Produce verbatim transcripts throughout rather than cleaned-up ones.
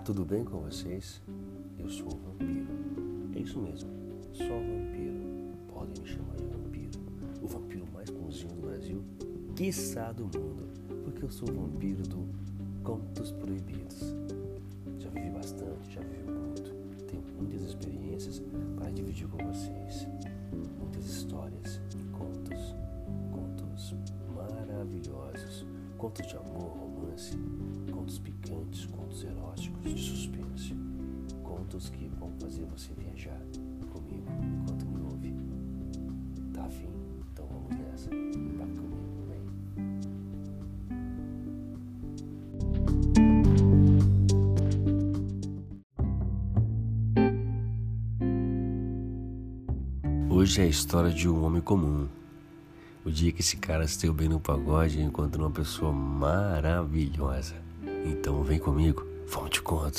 tudo bem com vocês? Eu sou o Vampiro. É isso mesmo, só vampiro. Podem me chamar de vampiro. O vampiro mais bonzinho do Brasil, quiçá do mundo. Porque eu sou o vampiro do Contos Proibidos. Já vivi bastante, já vivi muito. Tenho muitas experiências para dividir com vocês. Muitas histórias, contos, contos maravilhosos. Contos de amor, romance, contos picantes, contos eróticos, de suspense. Contos que vão fazer você viajar comigo enquanto me ouve. Tá afim? Então vamos nessa. Vai comigo, vem. Hoje é a história de um homem comum. O dia que esse cara esteve bem no pagode, encontrou uma pessoa maravilhosa. Então vem comigo, vamos te conto.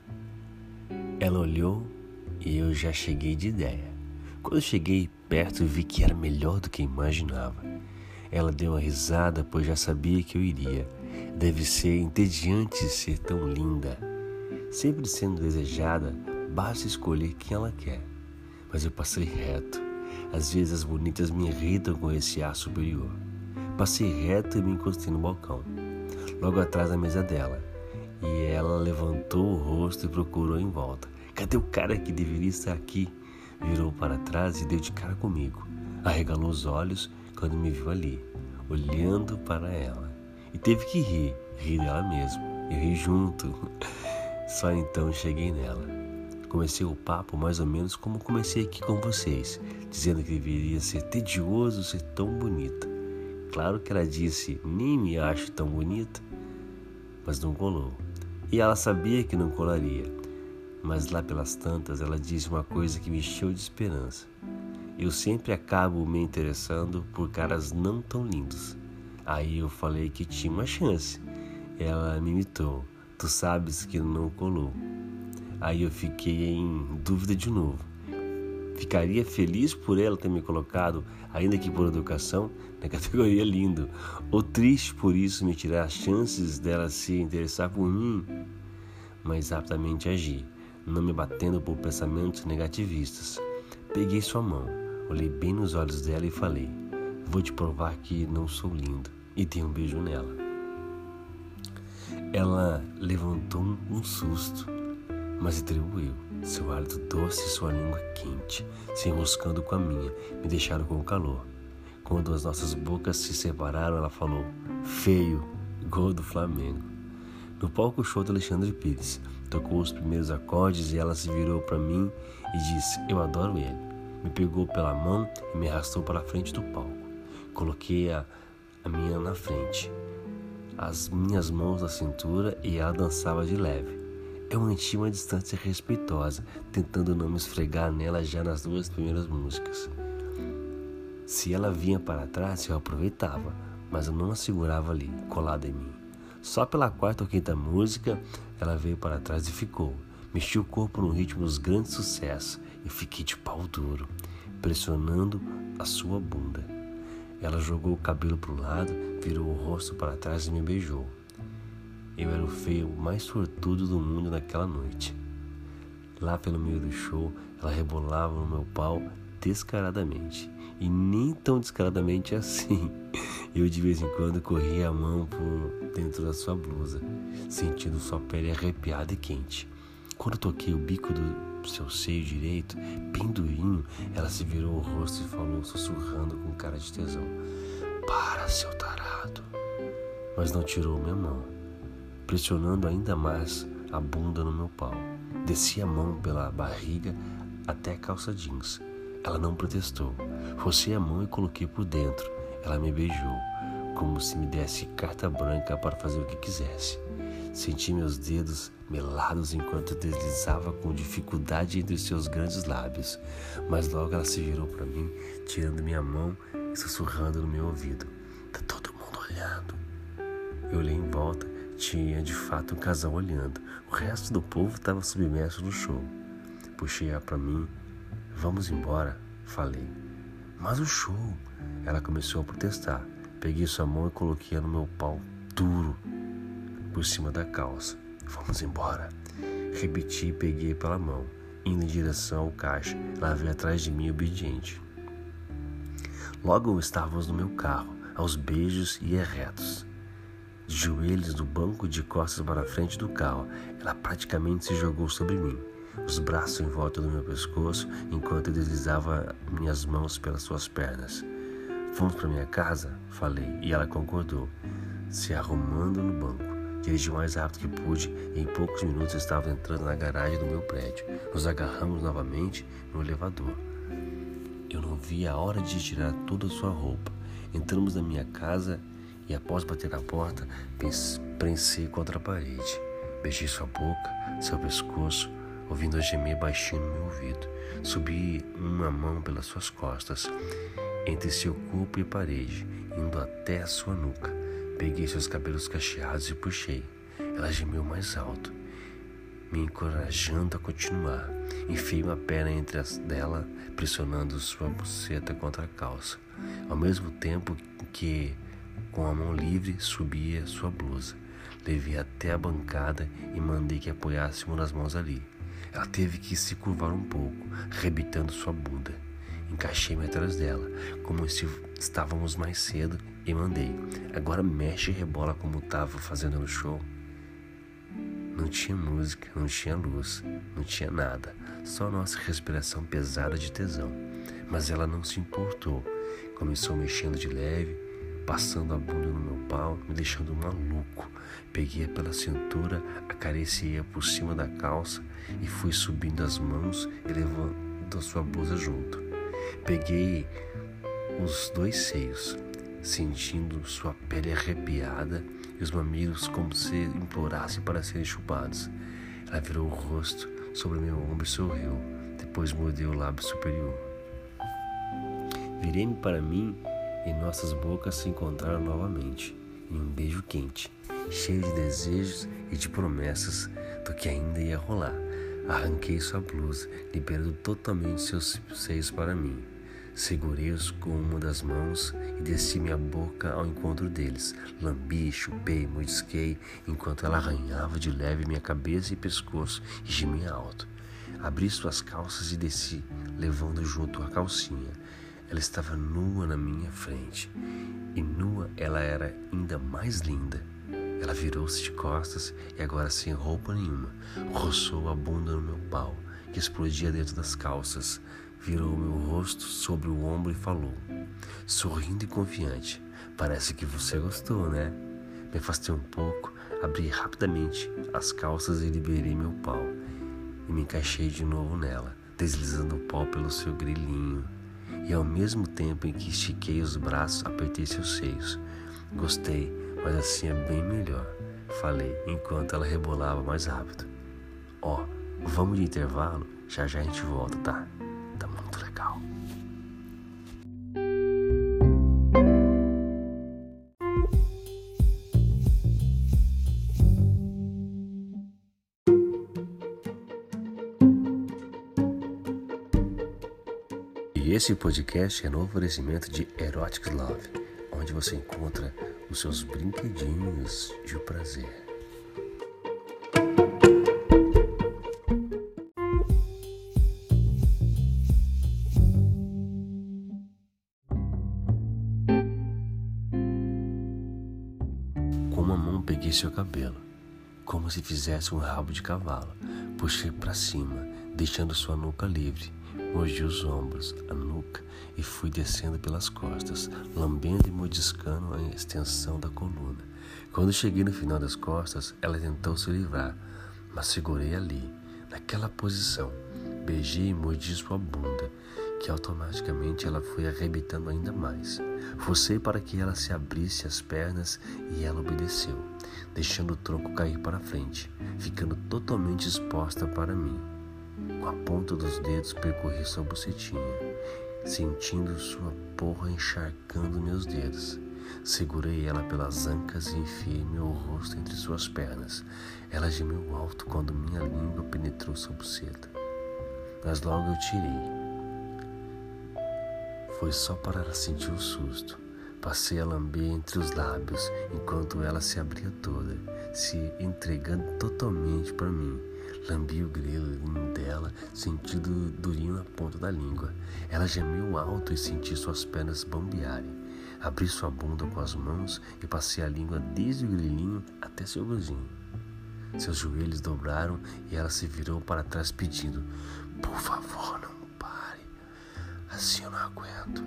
Ela olhou e eu já cheguei de ideia. Quando eu cheguei perto, vi que era melhor do que imaginava. Ela deu uma risada, pois já sabia que eu iria. Deve ser entediante ser tão linda. Sempre sendo desejada, basta escolher quem ela quer. Mas eu passei reto. Às vezes as bonitas me irritam com esse ar superior. Passei reto e me encostei no balcão, logo atrás da mesa dela. E ela levantou o rosto e procurou em volta. Cadê o cara que deveria estar aqui? Virou para trás e deu de cara comigo. Arregalou os olhos quando me viu ali, olhando para ela. E teve que rir, rir dela mesmo. Eu ri junto. Só então cheguei nela. Comecei o papo mais ou menos como comecei aqui com vocês, dizendo que deveria ser tedioso ser tão bonita. Claro que ela disse, nem me acho tão bonita, mas não colou. E ela sabia que não colaria, mas lá pelas tantas ela disse uma coisa que me encheu de esperança. Eu sempre acabo me interessando por caras não tão lindos. Aí eu falei que tinha uma chance. Ela me imitou, tu sabes que não colou. Aí eu fiquei em dúvida de novo. Ficaria feliz por ela ter me colocado, ainda que por educação, na categoria lindo, ou triste por isso me tirar as chances dela se interessar por mim. Mas rapidamente agi, não me batendo por pensamentos negativistas. Peguei sua mão, olhei bem nos olhos dela e falei, vou te provar que não sou lindo, e dei um beijo nela. Ela levantou um susto, mas retribuiu. Seu hálito doce e sua língua quente, se enroscando com a minha, me deixaram com calor. Quando as nossas bocas se separaram, ela falou, feio, gol do Flamengo. No palco show do Alexandre Pires, tocou os primeiros acordes e ela se virou para mim e disse, eu adoro ele. Me pegou pela mão e me arrastou para a frente do palco. Coloquei a, a minha na frente, as minhas mãos na cintura e ela dançava de leve. Eu mantive uma distância respeitosa, tentando não me esfregar nela já nas duas primeiras músicas. Se ela vinha para trás, eu aproveitava, mas eu não a segurava ali, colada em mim. Só pela quarta ou quinta música, ela veio para trás e ficou. Mexi o corpo no ritmo dos grandes sucessos e fiquei de pau duro, pressionando a sua bunda. Ela jogou o cabelo para o lado, virou o rosto para trás e me beijou. Eu era o feio mais sortudo do mundo naquela noite. Lá pelo meio do show, ela rebolava no meu pau descaradamente. E nem tão descaradamente assim. Eu de vez em quando corria a mão por dentro da sua blusa, sentindo sua pele arrepiada e quente. Quando toquei o bico do seu seio direito, bem durinho, ela se virou o rosto e falou sussurrando com cara de tesão. Para, seu tarado. Mas não tirou minha mão, pressionando ainda mais a bunda no meu pau. Desci a mão pela barriga até a calça jeans. Ela não protestou. Rocei a mão e coloquei por dentro. Ela me beijou, como se me desse carta branca para fazer o que quisesse. Senti meus dedos melados enquanto deslizava com dificuldade entre seus grandes lábios. Mas logo ela se virou para mim, tirando minha mão e sussurrando no meu ouvido. Tá todo mundo olhando. Eu olhei em volta. Tinha de fato um casal olhando. O resto do povo estava submerso no show. Puxei-a para mim. Vamos embora, falei. Mas o show. Ela começou a protestar. Peguei sua mão e coloquei-a no meu pau duro, por cima da calça. Vamos embora. Repeti e peguei pela mão, indo em direção ao caixa. Ela veio atrás de mim, obediente. Logo estávamos no meu carro, aos beijos e eretos. De joelhos no banco, de costas para a frente do carro, ela praticamente se jogou sobre mim, os braços em volta do meu pescoço, enquanto eu deslizava minhas mãos pelas suas pernas. Vamos para minha casa? Falei, e ela concordou, se arrumando no banco. Dirigi o mais rápido que pude e em poucos minutos eu estava entrando na garagem do meu prédio. Nos agarramos novamente no elevador. Eu não via a hora de tirar toda a sua roupa. Entramos na minha casa e após bater na porta, prensei contra a parede. Beijei sua boca, seu pescoço, ouvindo-a gemer baixinho no meu ouvido. Subi uma mão pelas suas costas, entre seu corpo e a parede, indo até a sua nuca. Peguei seus cabelos cacheados e puxei. Ela gemeu mais alto, me encorajando a continuar. Enfiei uma perna entre as dela, pressionando sua buceta contra a calça, ao mesmo tempo que, com a mão livre, subia sua blusa. Levei até a bancada e mandei que apoiássemos nas mãos ali. Ela teve que se curvar um pouco, arrebitando sua bunda. Encaixei-me atrás dela, como se estávamos mais cedo, e mandei. Agora mexe e rebola como estava fazendo no show. Não tinha música, não tinha luz, não tinha nada, só nossa respiração pesada de tesão. Mas ela não se importou. Começou mexendo de leve, passando a bunda no meu pau, me deixando maluco. Peguei-a pela cintura, acariciei-a por cima da calça e fui subindo as mãos e levando a sua blusa junto. Peguei os dois seios, sentindo sua pele arrepiada e os mamilos como se implorassem para serem chupados. Ela virou o rosto sobre meu ombro e sorriu, depois mordeu o lábio superior. Virei-me para mim e nossas bocas se encontraram novamente, em um beijo quente, cheio de desejos e de promessas do que ainda ia rolar. Arranquei sua blusa, liberando totalmente seus seios para mim. Segurei-os com uma das mãos e desci minha boca ao encontro deles. Lambi, chupei, mordisquei, enquanto ela arranhava de leve minha cabeça e pescoço e gemia alto. Abri suas calças e desci, levando junto a calcinha. Ela estava nua na minha frente, e nua ela era ainda mais linda. Ela virou-se de costas e agora sem roupa nenhuma, roçou a bunda no meu pau, que explodia dentro das calças. Virou meu rosto sobre o ombro e falou, sorrindo e confiante, parece que você gostou, né? Me afastei um pouco, abri rapidamente as calças e liberei meu pau, e me encaixei de novo nela, deslizando o pau pelo seu grilinho, e ao mesmo tempo em que estiquei os braços, apertei seus seios. Gostei, mas assim é bem melhor, falei, enquanto ela rebolava mais rápido. Ó, oh, vamos de intervalo? Já já a gente volta, tá? Tá muito legal. E esse podcast é no oferecimento de Erotic Love, onde você encontra os seus brinquedinhos de prazer. Com uma mão peguei seu cabelo, como se fizesse um rabo de cavalo. Puxei para cima, deixando sua nuca livre. Mordi os ombros, a nuca e fui descendo pelas costas, lambendo e mordiscando a extensão da coluna. Quando cheguei no final das costas, ela tentou se livrar, mas segurei ali, naquela posição. Beijei e mordi sua bunda, que automaticamente ela foi arrebitando ainda mais. Forcei para que ela se abrisse as pernas e ela obedeceu, deixando o tronco cair para frente, ficando totalmente exposta para mim. Com a ponta dos dedos percorri sua bucetinha, sentindo sua porra encharcando meus dedos. Segurei ela pelas ancas e enfiei meu rosto entre suas pernas. Ela gemeu alto quando minha língua penetrou sua buceta, mas logo eu tirei. Foi só para ela sentir o susto. Passei a lamber entre os lábios, enquanto ela se abria toda, se entregando totalmente para mim. Lambi o grelhinho dela, sentindo durinho na ponta da língua. Ela gemeu alto e senti suas pernas bambearem. Abri sua bunda com as mãos e passei a língua desde o grelhinho até seu gozinho. Seus joelhos dobraram e ela se virou para trás pedindo: por favor, não pare. Assim eu não aguento.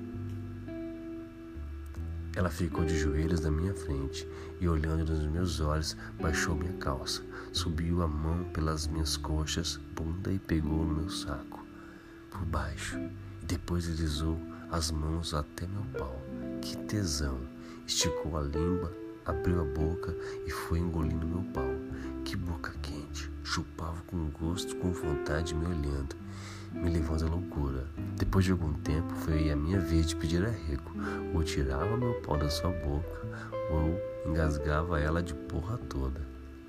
Ela ficou de joelhos na minha frente e, olhando nos meus olhos, baixou minha calça, subiu a mão pelas minhas coxas, bunda e pegou no meu saco, por baixo, e depois deslizou as mãos até meu pau. Que tesão! Esticou a língua, abriu a boca e foi engolindo meu pau. Que boca quente! Chupava com gosto, com vontade, me olhando, me levando à loucura. Depois de algum tempo, foi a minha vez de pedir arrego. Ou tirava meu pau da sua boca, ou engasgava ela de porra toda.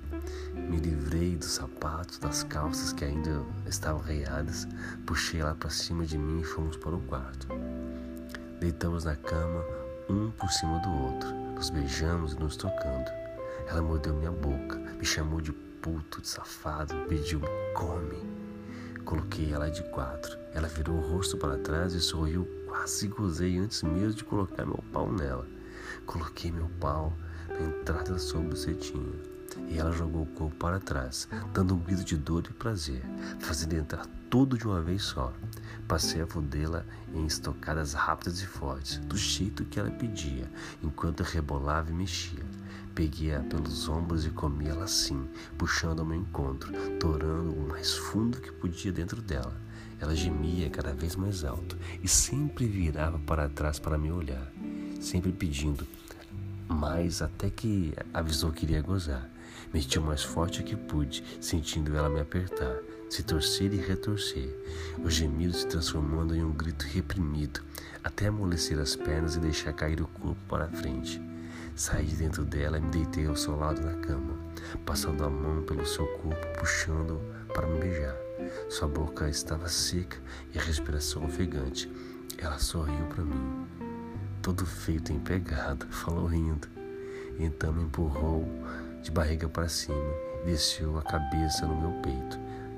Me livrei dos sapatos, das calças que ainda estavam arreiadas, puxei ela para cima de mim e fomos para o quarto. Deitamos na cama, um por cima do outro, nos beijamos e nos tocando. Ela mordeu minha boca, me chamou de puto, de safado, pediu: come. Coloquei ela de quatro. Ela virou o rosto para trás e sorriu. Quase gozei antes mesmo de colocar meu pau nela. Coloquei meu pau na entrada da sua bucetinha e ela jogou o corpo para trás, dando um grito de dor e prazer, fazendo entrar tudo de uma vez só. Passei a fudê-la em estocadas rápidas e fortes, do jeito que ela pedia, enquanto eu rebolava e mexia. Peguei-a pelos ombros e comi ela assim, puxando ao meu encontro, torando o mais fundo que podia dentro dela. Ela gemia cada vez mais alto e sempre virava para trás para me olhar, sempre pedindo mais, até que avisou que iria gozar. Meti o mais forte que pude, sentindo ela me apertar, se torcer e retorcer, o gemido se transformando em um grito reprimido, até amolecer as pernas e deixar cair o corpo para a frente. Saí de dentro dela e me deitei ao seu lado na cama, passando a mão pelo seu corpo, puxando-o para me beijar. Sua boca estava seca e a respiração ofegante. Ela sorriu para mim, todo feito em pegada, falou rindo. Então me empurrou de barriga para cima e desceu a cabeça no meu peito,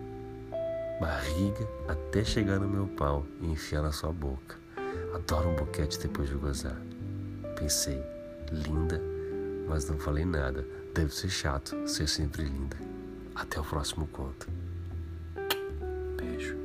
barriga até chegar no meu pau e enfiar na sua boca. Adoro um boquete depois de gozar. Pensei: linda, mas não falei nada. Deve ser chato ser sempre linda. Até o próximo conto. Beijo.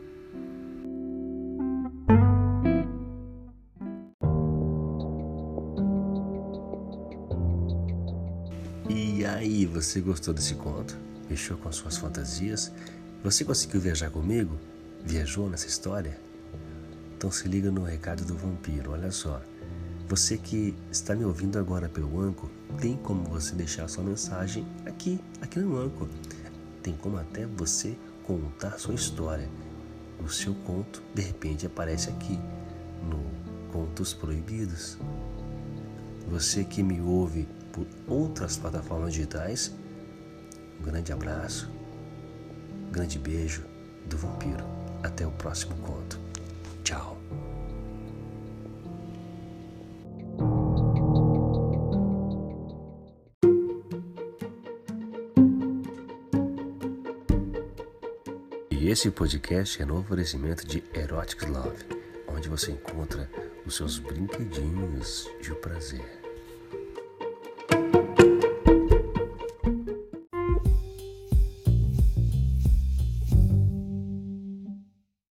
E aí, você gostou desse conto? Mexeu com suas fantasias? Você conseguiu viajar comigo? Viajou nessa história? Então se liga no recado do vampiro, olha só. Você que está me ouvindo agora pelo Anchor, tem como você deixar sua mensagem aqui, aqui no Anchor. Tem como até você contar sua história. O seu conto, de repente, aparece aqui no Contos Proibidos. Você que me ouve por outras plataformas digitais, um grande abraço, um grande beijo do vampiro. Até o próximo conto. Tchau. E esse podcast é no oferecimento de Erotic Love, onde você encontra os seus brinquedinhos de prazer.